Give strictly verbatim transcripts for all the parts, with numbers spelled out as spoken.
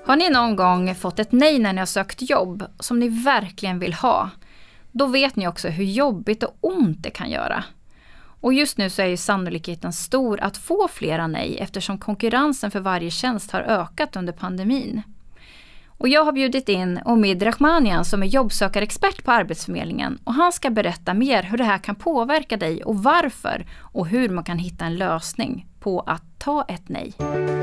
Har ni någon gång fått ett nej när ni har sökt jobb som ni verkligen vill ha? Då vet ni också hur jobbigt och ont det kan göra. Och just nu så är ju sannolikheten stor att få flera nej eftersom konkurrensen för varje tjänst har ökat under pandemin. Och jag har bjudit in Omid Rahmanian som är jobbsökarexpert på Arbetsförmedlingen och han ska berätta mer hur det här kan påverka dig och varför och hur man kan hitta en lösning på att ta ett nej.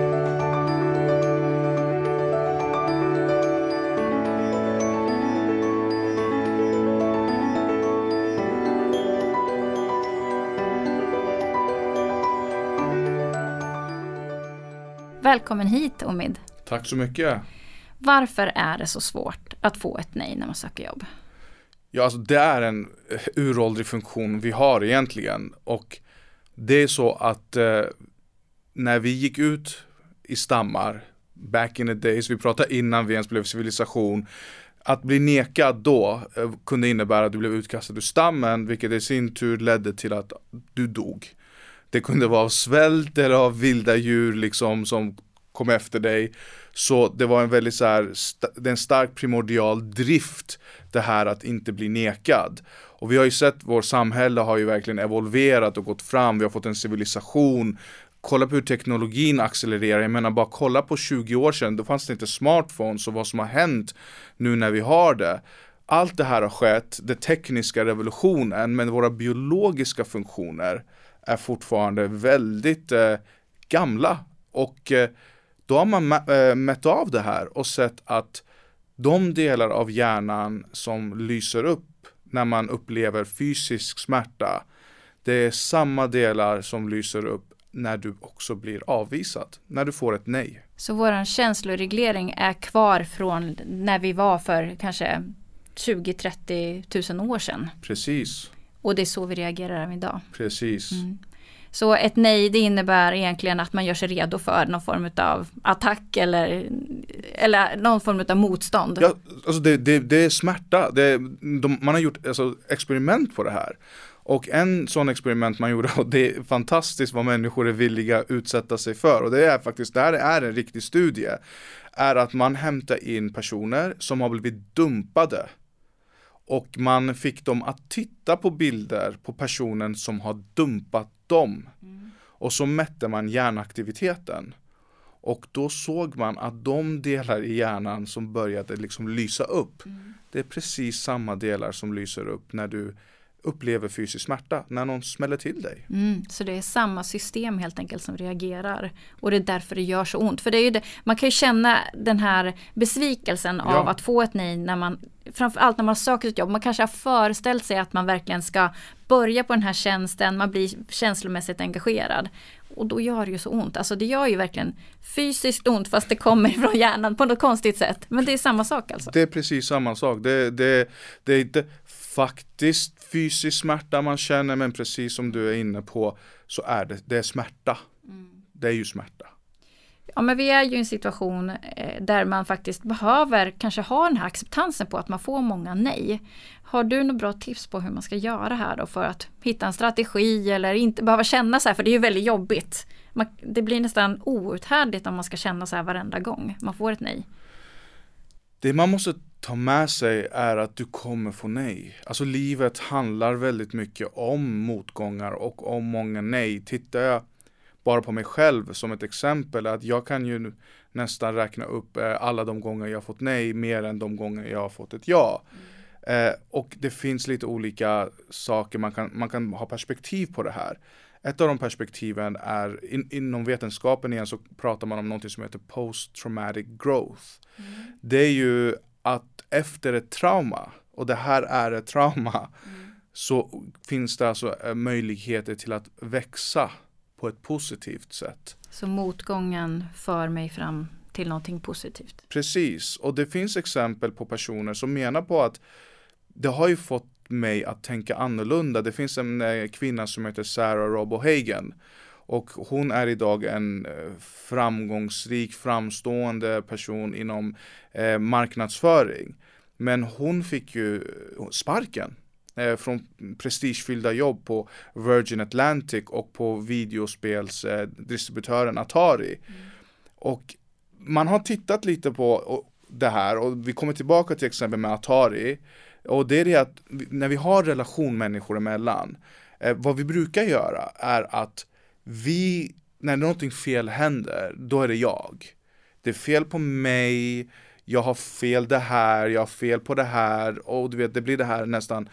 Välkommen hit, Omid. Tack så mycket. Varför är det så svårt att få ett nej när man söker jobb? Ja, alltså det är en uråldrig funktion vi har egentligen. Och det är så att eh, när vi gick ut i stammar, back in the days, vi pratade innan vi ens blev civilisation, att bli nekad då eh, kunde innebära att du blev utkastad ur stammen, vilket i sin tur ledde till att du dog. Det kunde vara av svält eller av vilda djur liksom som kom efter dig. Så det var en väldigt så här, st- det är en stark primordial drift det här att inte bli nekad. Och vi har ju sett vår samhälle har ju verkligen evolverat och gått fram. Vi har fått en civilisation. Kolla på hur teknologin accelererar. Jag menar bara kolla på tjugo år sedan. Då fanns det inte smartphones och vad som har hänt nu när vi har det. Allt det här har skett, den tekniska revolutionen, men våra biologiska funktioner är fortfarande väldigt eh, gamla. Och eh, då har man mä- äh, mätt av det här och sett att de delar av hjärnan som lyser upp när man upplever fysisk smärta, det är samma delar som lyser upp när du också blir avvisad, när du får ett nej. Så vår känsloreglering är kvar från när vi var för kanske tjugo till trettio tusen år sedan? Precis. Och det är så vi reagerar även idag? Precis. Mm. Så ett nej, det innebär egentligen att man gör sig redo för någon form av attack eller, eller någon form av motstånd. Ja, alltså det, det, det är smärta. Det, de, man har gjort alltså, experiment på det här. Och en sån experiment man gjorde, och det är fantastiskt vad människor är villiga att utsätta sig för. Och det är faktiskt, det här är en riktig studie. Är att man hämtar in personer som har blivit dumpade. Och man fick dem att titta på bilder på personen som har dumpat dem. Mm. Och så mätte man hjärnaktiviteten. Och då såg man att de delar i hjärnan som började liksom lysa upp. Mm. Det är precis samma delar som lyser upp när du upplever fysisk smärta. När någon smäller till dig. Mm, så det är samma system helt enkelt som reagerar. Och det är därför det gör så ont. För det är ju det, man kan ju känna den här besvikelsen ja. av att få ett nej när man, framförallt när man söker ett jobb. Man kanske har föreställt sig att man verkligen ska börja på den här tjänsten. Man blir känslomässigt engagerad. Och då gör det ju så ont. Alltså det gör ju verkligen fysiskt ont fast det kommer från hjärnan på något konstigt sätt. Men det är samma sak alltså. Det är precis samma sak. Det, det, det är inte faktiskt fysisk smärta man känner, men precis som du är inne på så är det, det är smärta. Mm. Det är ju smärta. Ja, men vi är ju i en situation eh, där man faktiskt behöver kanske ha den här acceptansen på att man får många nej. Har du några bra tips på hur man ska göra här då för att hitta en strategi eller inte behöva känna så här, för det är ju väldigt jobbigt. Man, det blir nästan outhärdligt om man ska känna så här varenda gång man får ett nej. Det man måste ta med sig är att du kommer få nej. Alltså livet handlar väldigt mycket om motgångar och om många nej. Tittar jag bara på mig själv som ett exempel, att jag kan ju nästan räkna upp alla de gånger jag har fått nej mer än de gånger jag har fått ett ja. Mm. Eh, och det finns lite olika saker man kan, man kan ha perspektiv på det här. Ett av de perspektiven är, in, inom vetenskapen igen så pratar man om något som heter post-traumatic growth. Mm. Det är ju att efter ett trauma, och det här är ett trauma, mm. så finns det alltså möjligheter till att växa på ett positivt sätt. Så motgången för mig fram till någonting positivt. Precis, och det finns exempel på personer som menar på att det har ju fått mig att tänka annorlunda. Det finns en eh, kvinna som heter Sarah Robohagen. Och hon är idag en framgångsrik, framstående person inom eh, marknadsföring. Men hon fick ju sparken eh, från prestigefyllda jobb på Virgin Atlantic och på videospelsdistributören eh, Atari. Mm. Och man har tittat lite på det här och vi kommer tillbaka till exempel med Atari. Och det är det att när vi har relation människor emellan, eh, vad vi brukar göra är att vi, när någonting fel händer, då är det jag. Det är fel på mig, jag har fel det här, jag har fel på det här. Och du vet, det blir det här nästan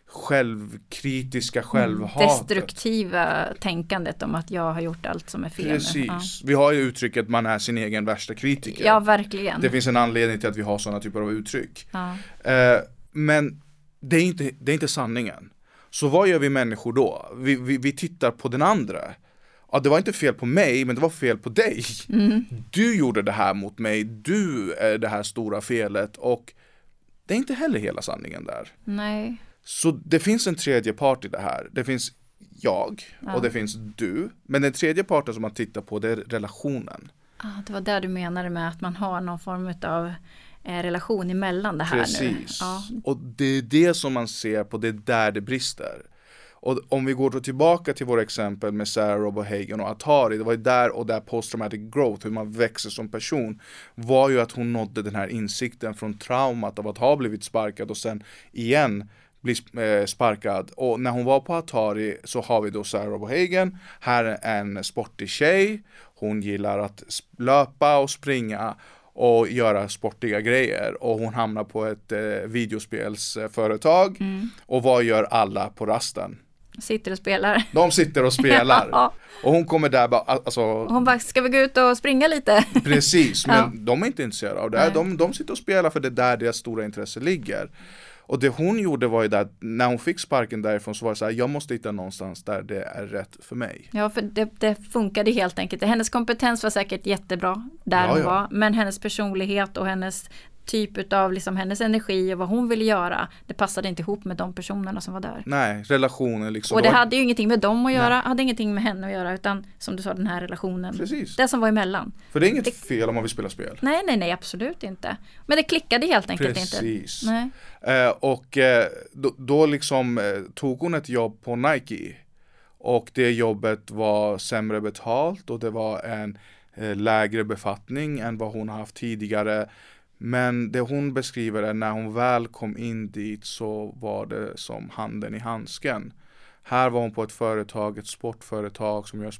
självkritiska självhatet. Destruktiva tänkandet om att jag har gjort allt som är fel. Precis. Ja. Vi har ju uttrycket man är sin egen värsta kritiker. Ja, verkligen. Det finns en anledning till att vi har sådana typer av uttryck. Ja. Eh, men det är, inte, det är inte sanningen. Så vad gör vi människor då? Vi, vi, vi tittar på den andra. Ja, det var inte fel på mig, men det var fel på dig. Mm. Du gjorde det här mot mig. Du är det här stora felet. Och det är inte heller hela sanningen där. Nej. Så det finns en tredje part i det här. Det finns jag Ja. och det finns du. Men den tredje parten som man tittar på, det är relationen. Ah, det var där du menade med att man har någon form av eh, relation emellan det här. Precis. Nu. Ja. Och det är det som man ser på, det är där det brister. Och om vi går då tillbaka till våra exempel med Sarah Robohagen och Atari, det var ju där och där post-traumatic growth, hur man växer som person, var ju att hon nådde den här insikten från traumat av att ha blivit sparkad och sen igen bli sparkad. Och när hon var på Atari så har vi då Sarah Robohagen, här är en sportig tjej, hon gillar att löpa och springa och göra sportiga grejer, och hon hamnar på ett eh, videospelsföretag. Mm. Och vad gör alla på rasten? Sitter och spelar. De sitter och spelar. Ja. Och hon kommer där bara, alltså, hon bara, ska vi gå ut och springa lite? Precis, men ja. de är inte intresserade av det. De, de sitter och spelar för det är där deras stora intresse ligger. Och det hon gjorde var ju att när hon fick sparken därifrån så var det så här, jag måste hitta någonstans där det är rätt för mig. Ja, för det, det funkade helt enkelt. Hennes kompetens var säkert jättebra där ja, hon ja. var. Men hennes personlighet och hennes typ av liksom hennes energi och vad hon ville göra, det passade inte ihop med de personerna som var där. Nej, relationen liksom. Och det hade ju ingenting med dem att göra, Nej. hade ingenting med henne att göra, utan som du sa, den här relationen. Precis. Det som var emellan. För det är inget det... fel om man vill spela spel. Nej, nej, nej, absolut inte. Men det klickade helt enkelt Precis. inte. Precis. Eh, och eh, då, då liksom eh, tog hon ett jobb på Nike. Och det jobbet var sämre betalt och det var en eh, lägre befattning än vad hon har haft tidigare. Men det hon beskriver är när hon väl kom in dit så var det som handen i handsken. Här var hon på ett företag, ett sportföretag som gör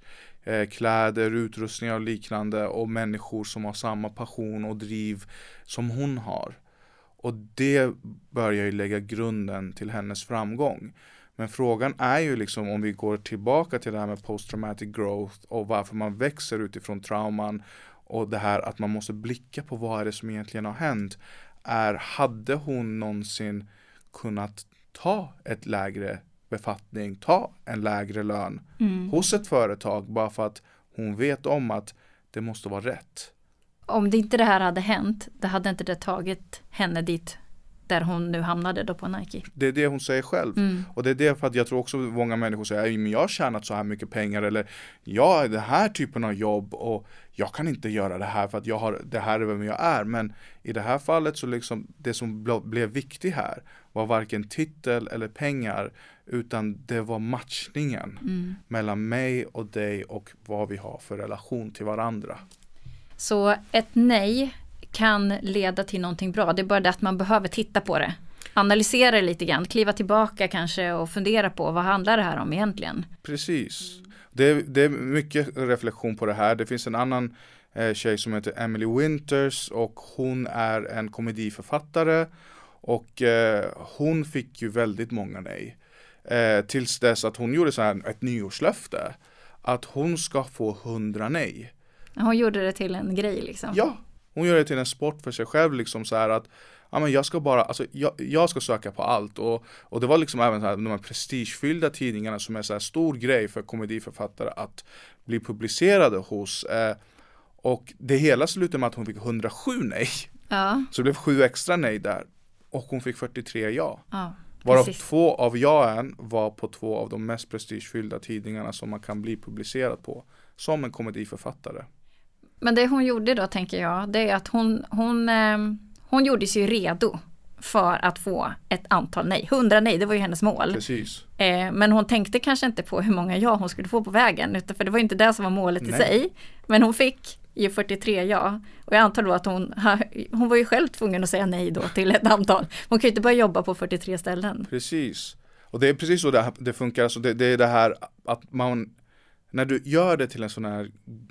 sportkläder, eh, utrustningar och liknande, och människor som har samma passion och driv som hon har. Och det börjar ju lägga grunden till hennes framgång. Men frågan är ju liksom, om vi går tillbaka till det här med post-traumatic growth och varför man växer utifrån trauman, och det här att man måste blicka på vad är det som egentligen har hänt, är, hade hon någonsin kunnat ta ett lägre befattning, ta en lägre lön mm. hos ett företag bara för att hon vet om att det måste vara rätt? Om det inte det här hade hänt, det hade inte det tagit henne dit där hon nu hamnade då på Nike. Det är det hon säger själv. Mm. Och det är det för att jag tror också många människor säger, men jag har tjänat så här mycket pengar, eller jag har den här typen av jobb och jag kan inte göra det här för att jag har, det här är vem jag är. Men i det här fallet så liksom det som ble, blev viktigt här var varken titel eller pengar, utan det var matchningen mm. mellan mig och dig och vad vi har för relation till varandra. Så ett nej kan leda till någonting bra. Det är bara det att man behöver titta på det. Analysera det lite grann. Kliva tillbaka kanske och fundera på vad handlar det här om egentligen. Precis. Det är, det är mycket reflektion på det här. Det finns en annan eh, tjej som heter Emily Winters och hon är en komediförfattare och eh, hon fick ju väldigt många nej. Eh, tills dess att hon gjorde så här ett nyårslöfte att hon ska få hundra nej. Hon gjorde det till en grej liksom. Ja. Hon gör det till en sport för sig själv liksom så här att ja, men jag ska bara alltså jag, jag ska söka på allt, och och det var liksom även så här, de här prestigefyllda tidningarna som är så här stor grej för komediförfattare att bli publicerade hos eh, och det hela slutade med att hon fick hundrasju nej. Ja. Så det blev sju extra nej där och hon fick fyrtiotre ja. Ja. Varav två av jaen var på två av de mest prestigefyllda tidningarna som man kan bli publicerad på som en komediförfattare. Men det hon gjorde då, tänker jag, det är att hon, hon, eh, hon gjorde sig redo för att få ett antal nej. Hundra nej, det var ju hennes mål. Precis. Eh, men hon tänkte kanske inte på hur många ja hon skulle få på vägen, utan för det var ju inte det som var målet nej. i sig. Men hon fick i fyrtiotre ja. Och jag antar då att hon, hon var ju själv tvungen att säga nej då till ett antal. Hon kan ju inte bara jobba på fyrtiotre ställen. Precis. Och det är precis så det, det funkar. Alltså det, det är det här att man, när du gör det till en sån här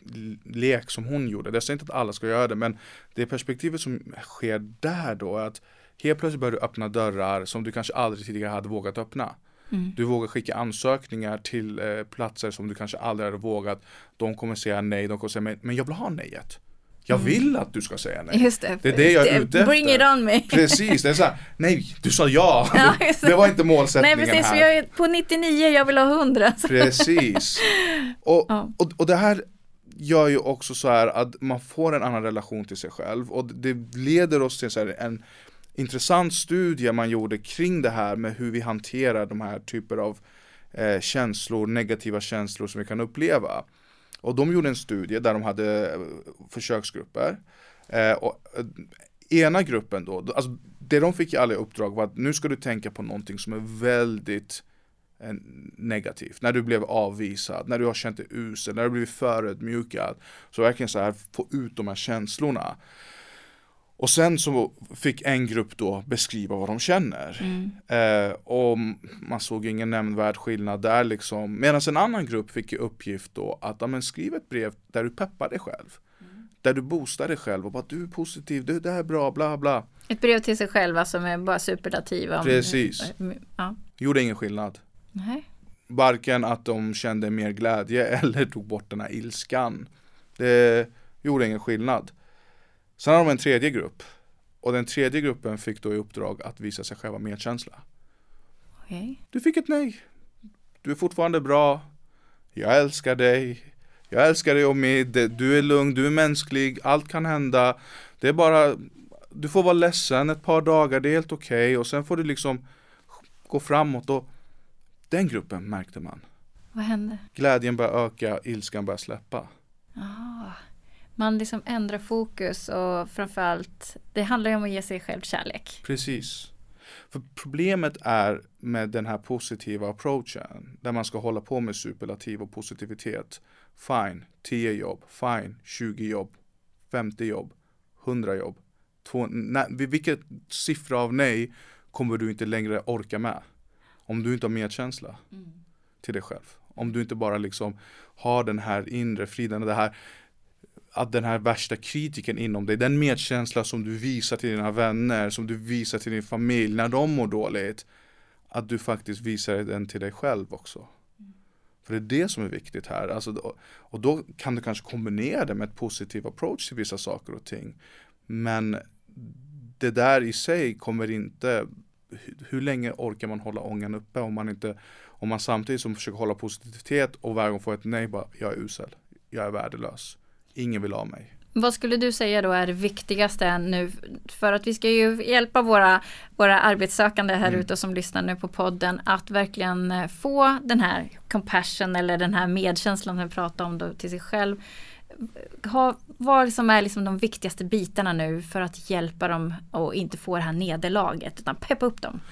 lek som hon gjorde, det säger inte att alla ska göra det, men det perspektivet som sker där då är att helt plötsligt börjar du öppna dörrar som du kanske aldrig tidigare hade vågat öppna. Mm. Du vågar skicka ansökningar till eh, platser som du kanske aldrig hade vågat. De kommer säga nej, de kommer säga men, men jag vill ha nejet. Jag mm. vill att du ska säga nej. Just det. Det är det jag är ute efter. Bring it on me. Precis, det är så här, nej, du sa ja. ja det var inte målsättningen nej, precis, här. Jag är på nittionio, jag vill ha hundra. Precis. Och, ja. och, och det här gör ju också så här att man får en annan relation till sig själv. Och det leder oss till så här en intressant studie man gjorde kring det här med hur vi hanterar de här typer av eh, känslor, negativa känslor som vi kan uppleva. Och de gjorde en studie där de hade eh, försöksgrupper. Eh, och eh, ena gruppen då, alltså det de fick i alla uppdrag var att nu ska du tänka på någonting som är väldigt eh, negativt. När du blev avvisad, när du har känt dig usel, när du blivit förödmjukad. Så verkligen så här, få ut de här känslorna. Och sen så fick en grupp då beskriva vad de känner. Mm. Eh, och man såg ingen nämnvärd skillnad där liksom. Medan en annan grupp fick i uppgift då att ja, men skriv ett brev där du peppar dig själv. Mm. Där du boostar dig själv och bara du är positiv, du, det här är bra, bla bla. Ett brev till sig själva som är bara superlativa. Precis. Ja. Gjorde ingen skillnad. Nej. Varken att de kände mer glädje eller tog bort den här ilskan. Det gjorde ingen skillnad. Sen har de en tredje grupp. Och den tredje gruppen fick då i uppdrag att visa sig själva medkänsla. Okay. Du fick ett nej. Du är fortfarande bra. Jag älskar dig. Jag älskar dig och mig. Du är lugn, du är mänsklig. Allt kan hända. Det är bara, du får vara ledsen ett par dagar. Det är helt okej. Okay. Och sen får du liksom gå framåt. Och den gruppen märkte man. Vad hände? Glädjen börjar öka, ilskan börjar släppa. Ah. Man liksom ändrar fokus och framförallt, det handlar ju om att ge sig själv kärlek. Precis. För problemet är med den här positiva approachen, där man ska hålla på med superlativ och positivitet. Fine, tio jobb. Fine, tjugo jobb. femtio jobb. hundra jobb. Två, nej, vid vilket siffra av nej kommer du inte längre orka med? Om du inte har medkänsla mm. till dig själv. Om du inte bara liksom har den här inre friden, det här att den här värsta kritiken inom dig, den medkänsla som du visar till dina vänner, som du visar till din familj när de mår dåligt, att du faktiskt visar den till dig själv också. Mm. För det är det som är viktigt här. Alltså, och då kan du kanske kombinera det med ett positiv approach till vissa saker och ting. Men det där i sig kommer inte, hur länge orkar man hålla ångan uppe om man inte, om man samtidigt som försöker hålla positivitet och varje gång får ett nej, bara, jag är usel, jag är värdelös. Ingen vill ha mig. Vad skulle du säga då är det viktigaste nu? För att vi ska ju hjälpa våra, våra arbetssökande här mm. ute som lyssnar nu på podden att verkligen få den här compassion eller den här medkänslan som vi pratar om då, till sig själv. Ha, vad som är liksom de viktigaste bitarna nu för att hjälpa dem och inte få det här nederlaget utan peppa upp dem?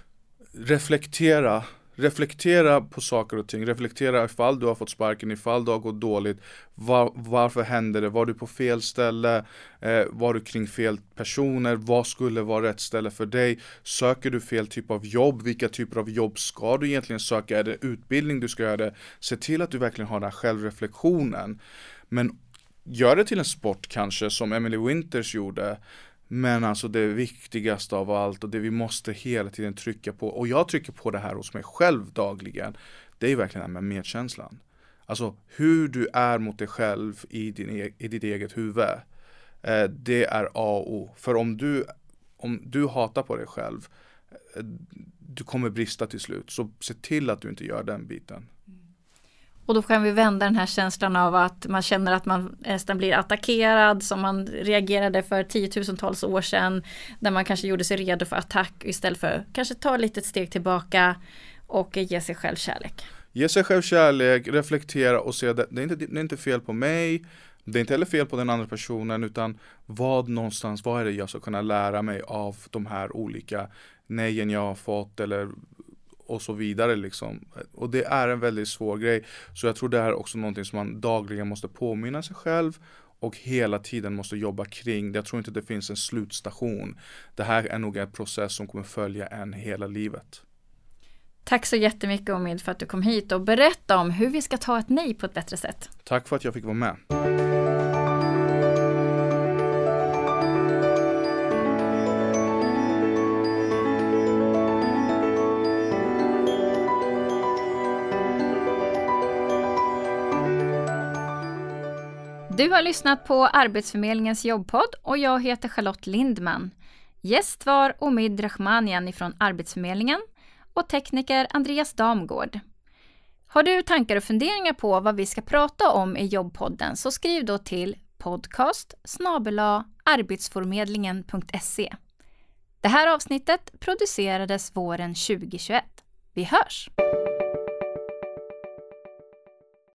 Reflektera. Reflektera på saker och ting. Reflektera ifall du har fått sparken, ifall det har gått dåligt. Var, varför hände det? Var du på fel ställe? Eh, var du kring fel personer? Vad skulle vara rätt ställe för dig? Söker du fel typ av jobb? Vilka typer av jobb ska du egentligen söka? Är det utbildning du ska göra det? Se till att du verkligen har den här självreflektionen. Men gör det till en sport kanske som Emily Winters gjorde. Men alltså det viktigaste av allt och det vi måste hela tiden trycka på, och jag trycker på det här hos mig själv dagligen, det är verkligen det här med medkänslan. Alltså hur du är mot dig själv i, din, i ditt eget huvud, eh, det är A och O. För om du, om du hatar på dig själv, eh, du kommer brista till slut. Så se till att du inte gör den biten. Och då kan vi vända den här känslan av att man känner att man nästan blir attackerad som man reagerade för tiotusentals år sedan. Där man kanske gjorde sig redo för attack istället för kanske ta ett litet steg tillbaka och ge sig själv kärlek. Ge sig själv kärlek, reflektera och se att det är inte, det är inte fel på mig. Det är inte heller fel på den andra personen, utan vad någonstans, vad är det jag ska kunna lära mig av de här olika nejen jag har fått eller och så vidare liksom. Och det är en väldigt svår grej. Så jag tror det är också någonting som man dagligen måste påminna sig själv och hela tiden måste jobba kring det. Jag tror inte det finns en slutstation. Det här är nog en process som kommer följa en hela livet. Tack så jättemycket Omid för att du kom hit och berätta om hur vi ska ta ett nej på ett bättre sätt. Tack för att jag fick vara med. Du har lyssnat på Arbetsförmedlingens jobbpodd och jag heter Charlotte Lindman. Gäst var Omid Rahmanian från Arbetsförmedlingen och tekniker Andreas Damgård. Har du tankar och funderingar på vad vi ska prata om i jobbpodden så skriv då till podcast snabel-a arbetsförmedlingen punkt se. Det här avsnittet producerades våren tjugohundratjugoett. Vi hörs!